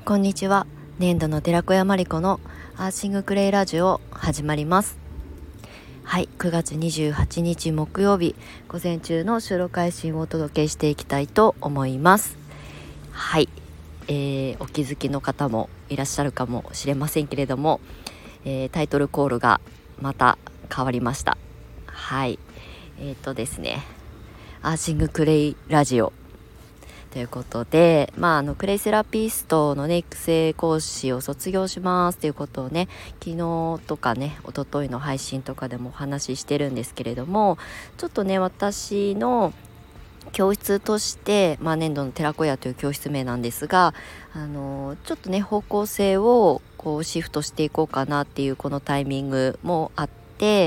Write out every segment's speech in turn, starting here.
こんにちは。粘土の寺子屋まりこのアーシングクレイラジオ始まります。はい、9月28日木曜日午前中の収録配信をお届けしていきたいと思います。はい、お気づきの方もいらっしゃるかもしれませんけれども、タイトルコールがまた変わりました。はい、ですね、アーシングクレイラジオということで、クレイセラピストのね育成講師を卒業しますということをね、昨日とかね一昨日の配信とかでもお話ししてるんですけれども、ちょっとね私の教室として、粘土の寺子屋という教室名なんですが、ちょっとね方向性をこうシフトしていこうかなっていうこのタイミングもあって、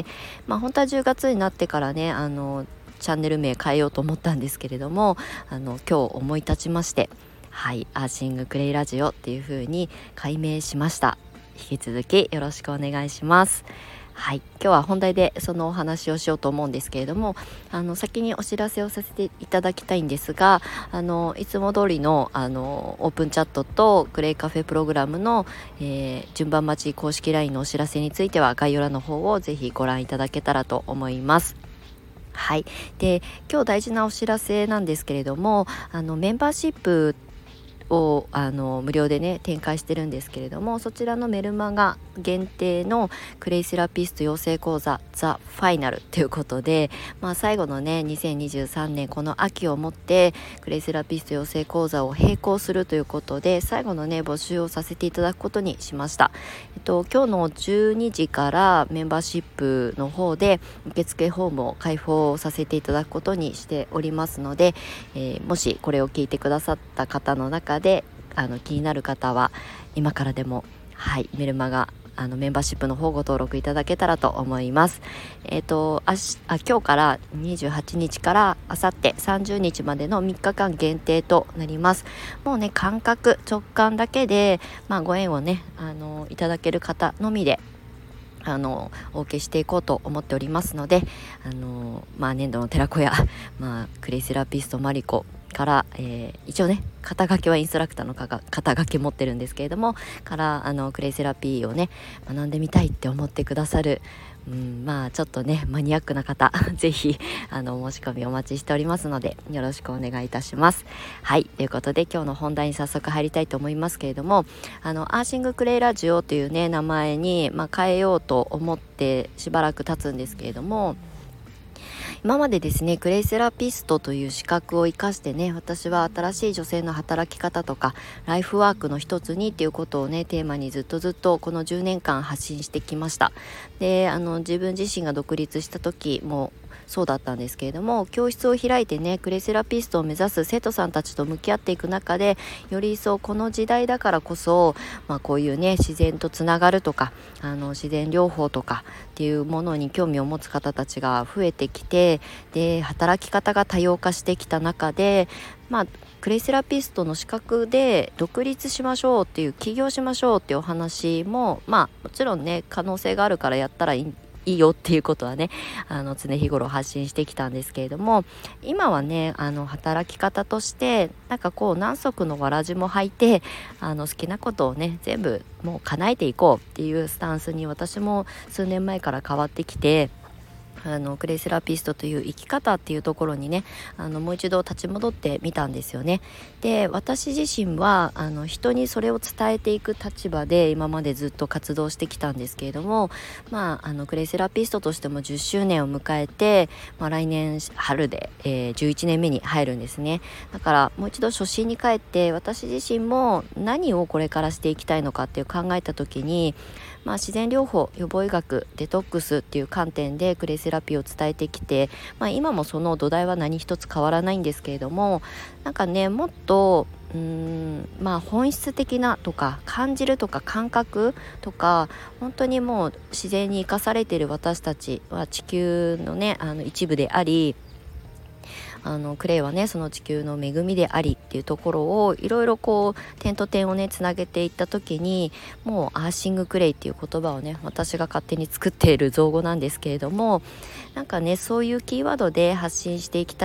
本当は10月になってからねチャンネル名変えようと思ったんですけれども、今日思い立ちまして、はい、アーシングクレイラジオっていう風に改名しました。引き続きよろしくお願いします。はい、今日は本題でそのお話をしようと思うんですけれども、先にお知らせをさせていただきたいんですが、いつも通りのオープンチャットとクレイカフェプログラムの、順番待ち公式 LINE のお知らせについては概要欄の方をぜひご覧いただけたらと思います。はい、で今日大事なお知らせなんですけれども、メンバーシップを無料でね展開してるんですけれども、そちらのメルマガ限定のクレイセラピスト養成講座ザ・ファイナルということで、最後のね2023年この秋をもってクレイセラピスト養成講座を並行するということで、最後のね募集をさせていただくことにしました。今日の12時からメンバーシップの方で受付フォームを開放させていただくことにしておりますので、もしこれを聞いてくださった方の中で気になる方は今からでも、はい、メルマガメンバーシップの方ご登録いただけたらと思います。今日から28日からあさって30日までの3日間限定となります。もうね感覚直感だけで、ご縁をねいただける方のみでお受けしていこうと思っておりますので、粘土の寺子屋、クレイセラピストマリコから、一応ね肩書きはインストラクターの肩書き持ってるんですけれども、からクレイセラピーをね学んでみたいって思ってくださる、ちょっとねマニアックな方ぜひ申し込みお待ちしておりますのでよろしくお願いいたします。はい、ということで今日の本題に早速入りたいと思いますけれども、アーシングクレイラジオというね名前に、変えようと思ってしばらく経つんですけれども、今までですねクレイセラピストという資格を生かしてね、私は新しい女性の働き方とかライフワークの一つにっていうことをねテーマにずっとこの10年間発信してきました。で自分自身が独立した時もそうだったんですけれども、教室を開いてねクレイセラピストを目指す生徒さんたちと向き合っていく中で、より一層この時代だからこそ、こういうね自然とつながるとか自然療法とかっていうものに興味を持つ方たちが増えてきて、で働き方が多様化してきた中で、クレイセラピストの資格で独立しましょうっていう起業しましょうっていうお話も、もちろんね可能性があるからやったらいいよっていうことはね常日頃発信してきたんですけれども、今はね働き方として何足のわらじも履いて好きなことをね全部もう叶えていこうっていうスタンスに私も数年前から変わってきて、クレイセラピストという生き方っていうところにねもう一度立ち戻ってみたんですよね。で私自身は人にそれを伝えていく立場で今までずっと活動してきたんですけれども、クレイセラピストとしても10周年を迎えて、来年春で、11年目に入るんですね。だからもう一度初心に帰って私自身も何をこれからしていきたいのかっていう考えた時に、自然療法、予防医学、デトックスっていう観点でクレイセラピーを伝えてきて、今もその土台は何一つ変わらないんですけれども、もっと本質的なとか感じるとか感覚とか、本当にもう自然に生かされている私たちは地球のね一部であり、クレイはねその地球の恵みでありっていうところをいろいろ点と点をねつなげていった時に、もうアーシングクレイっていう言葉をね私が勝手に作っている造語なんですけれども、そういうキーワードで発信していきたいなっ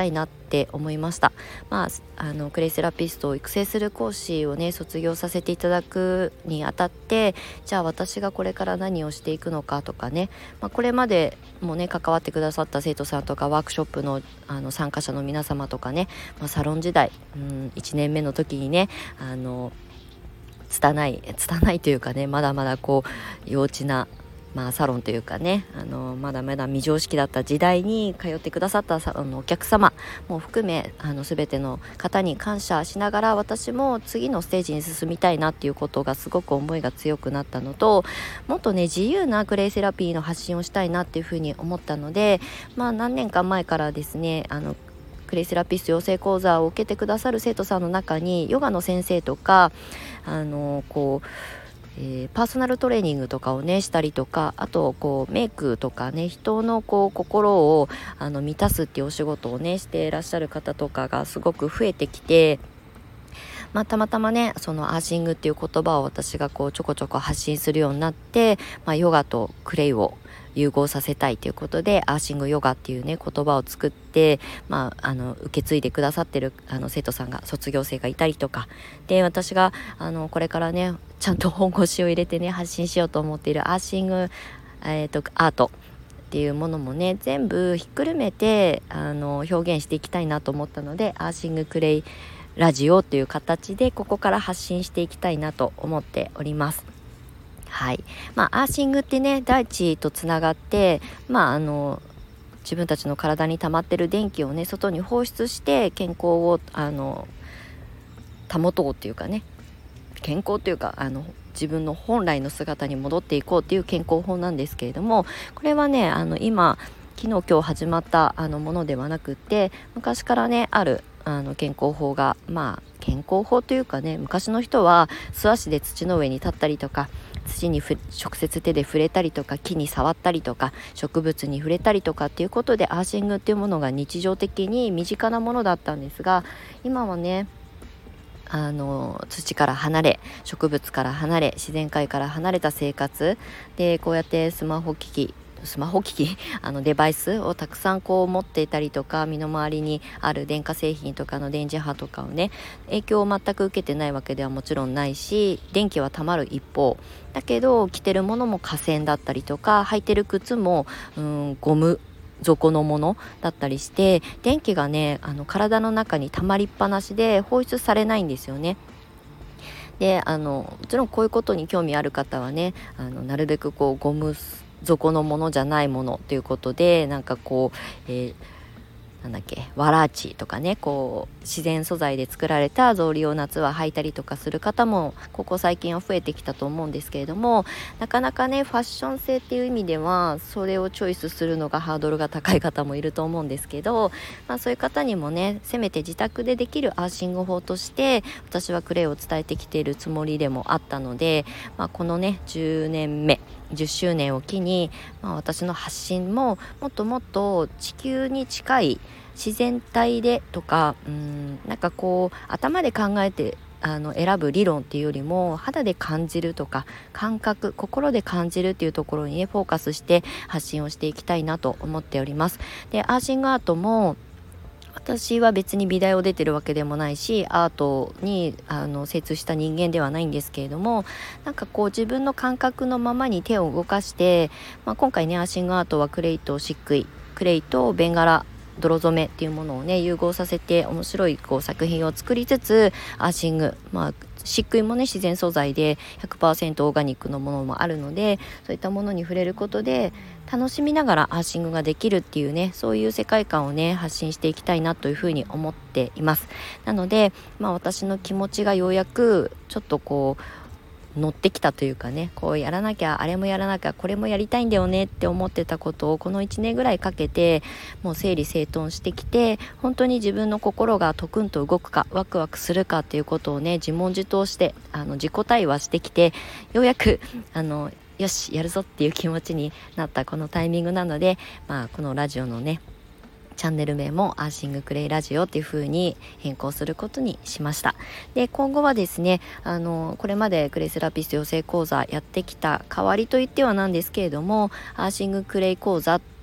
って思いました。クレイセラピストを育成する講師をね卒業させていただくにあたって、じゃあ私がこれから何をしていくのかとかね、これまでもね関わってくださった生徒さんとかワークショップの参加者の皆様とかね、サロン時代、1年目の時にね拙いというかね、まだまだ幼稚なサロンというかね、まだまだ未常識だった時代に通ってくださったお客様も含め全ての方に感謝しながら、私も次のステージに進みたいなっていうことがすごく思いが強くなったのと、もっとね自由なクレイセラピーの発信をしたいなっていうふうに思ったので、何年か前からですねクレイセラピスト養成講座を受けてくださる生徒さんの中にヨガの先生とかパーソナルトレーニングとかをねしたりとか、あとメイクとかね、人の心を満たすっていうお仕事をねしていらっしゃる方とかがすごく増えてきて、たまたまねそのアーシングっていう言葉を私がちょこちょこ発信するようになって、ヨガとクレイを融合させたいということでアーシングヨガっていうね言葉を作って、受け継いでくださってる生徒さんが、卒業生がいたりとかで、私がこれからねちゃんと本腰を入れてね発信しようと思っているアーシング、アートっていうものもね全部ひっくるめて表現していきたいなと思ったので、アーシングクレイラジオという形でここから発信していきたいなと思っております。はい。アーシングってね大地とつながって、自分たちの体に溜まってる電気をね外に放出して健康を保とうっていうかね、健康というか自分の本来の姿に戻っていこうっていう健康法なんですけれども、これはね今昨日今日始まったものではなくって、昔からねある健康法が、健康法というかね、昔の人は素足で土の上に立ったりとか、土に直接手で触れたりとか、木に触ったりとか、植物に触れたりとかっていうことでアーシングっていうものが日常的に身近なものだったんですが、今はね土から離れ、植物から離れ、自然界から離れた生活で、こうやってスマホ機器デバイスをたくさん持っていたりとか、身の回りにある電化製品とかの電磁波とかをね影響を全く受けてないわけではもちろんないし、電気はたまる一方だけど、着てるものも化繊だったりとか、履いてる靴もゴム底のものだったりして、電気がね体の中に溜まりっぱなしで放出されないんですよね。でもちろんこういうことに興味ある方はねなるべくゴム底のものじゃないものということで、わらちとかね自然素材で作られた草履を夏は履いたりとかする方もここ最近は増えてきたと思うんですけれども、なかなかねファッション性っていう意味ではそれをチョイスするのがハードルが高い方もいると思うんですけど、そういう方にもねせめて自宅でできるアーシング法として私はクレイを伝えてきているつもりでもあったので、このね10年目10周年を機に、私の発信ももっともっと地球に近い自然体でとか、頭で考えて選ぶ理論っていうよりも肌で感じるとか感覚、心で感じるっていうところにねフォーカスして発信をしていきたいなと思っております。でアーシングアートも私は別に美大を出てるわけでもないし、アートに精通した人間ではないんですけれども、自分の感覚のままに手を動かして、今回ねアーシングアートはクレイと漆喰、クレイとベンガラ泥染めっていうものをね融合させて面白い作品を作りつつ、アーシング、漆喰もね自然素材で 100% オーガニックのものもあるので、そういったものに触れることで楽しみながらアーシングができるっていうね、そういう世界観をね発信していきたいなというふうに思っています。なので、私の気持ちがようやくちょっと乗ってきたというかね、やらなきゃあれもやらなきゃこれもやりたいんだよねって思ってたことをこの1年ぐらいかけてもう整理整頓してきて、本当に自分の心がトクンと動くかワクワクするかっていうことをね自問自答して自己対話してきて、ようやくよしやるぞっていう気持ちになったこのタイミングなので、このラジオのねチャンネル名もアーシングクレイラジオっていう風に変更することにしました。で今後はですねこれまでクレイセラピスト養成講座やってきた代わりといってはなんですけれども、アーシングクレイ講座って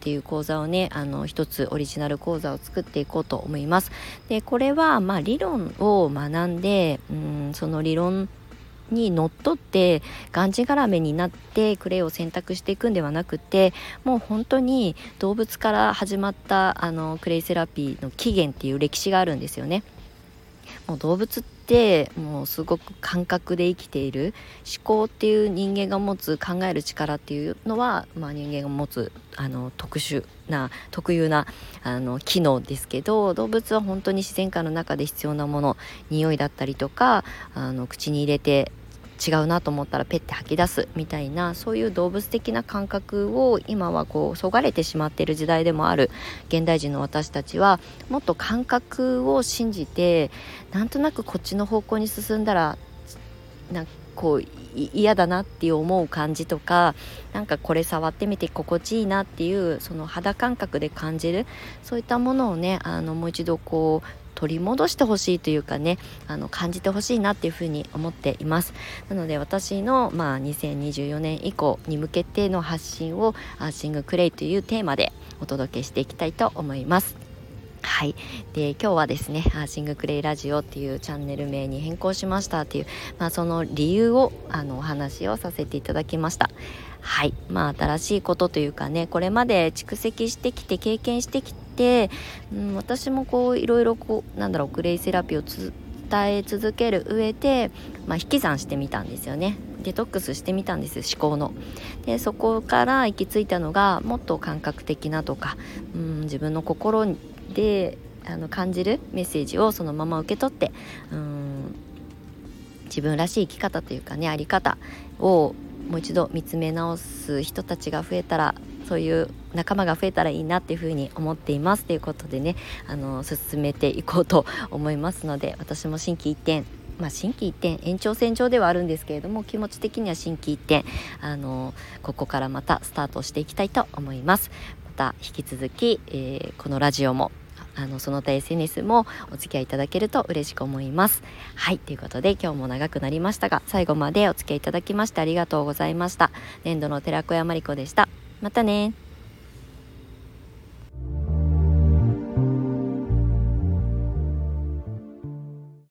っていう講座をね一つオリジナル講座を作っていこうと思います。でこれは理論を学んでその理論にのっとってがんじがらめになってクレイを選択していくんではなくて、もう本当に動物から始まったクレイセラピーの起源っていう歴史があるんですよね。もう動物ってもうすごく感覚で生きている、思考っていう人間が持つ考える力っていうのは、人間が持つ特有な機能ですけど、動物は本当に自然界の中で必要なもの、匂いだったりとか口に入れて違うなと思ったらペッて吐き出すみたいな、そういう動物的な感覚を今はそがれてしまっている時代でもある現代人の私たちは、もっと感覚を信じて、なんとなくこっちの方向に進んだら嫌だなっていう思う感じとか、これ触ってみて心地いいなっていうその肌感覚で感じる、そういったものをねもう一度取り戻してほしいというかね感じてほしいなっていうふうに思っています。なので私の2024年以降に向けての発信をアーシングクレイというテーマでお届けしていきたいと思います。はい。で今日はですねアーシングクレイラジオっていうチャンネル名に変更しましたっていう、その理由をお話をさせていただきました。はい。新しいことというかね、これまで蓄積してきて経験してきて、私もいろいろクレイセラピーを伝え続ける上で、引き算してみたんですよね。デトックスしてみたんです、思考の。でそこから行き着いたのが、もっと感覚的なとか自分の心で感じるメッセージをそのまま受け取って自分らしい生き方というかね、あり方をもう一度見つめ直す人たちが増えたら、そういう仲間が増えたらいいなっていうふうに思っていますということでね進めていこうと思いますので、私も心機一転延長線上ではあるんですけれども、気持ち的には心機一転ここからまたスタートしていきたいと思います。また引き続き、このラジオもその他 SNS もお付き合いいただけると嬉しく思います。はい、ということで今日も長くなりましたが、最後までお付き合いいただきましてありがとうございました。年度の寺子屋まりこでした。またね。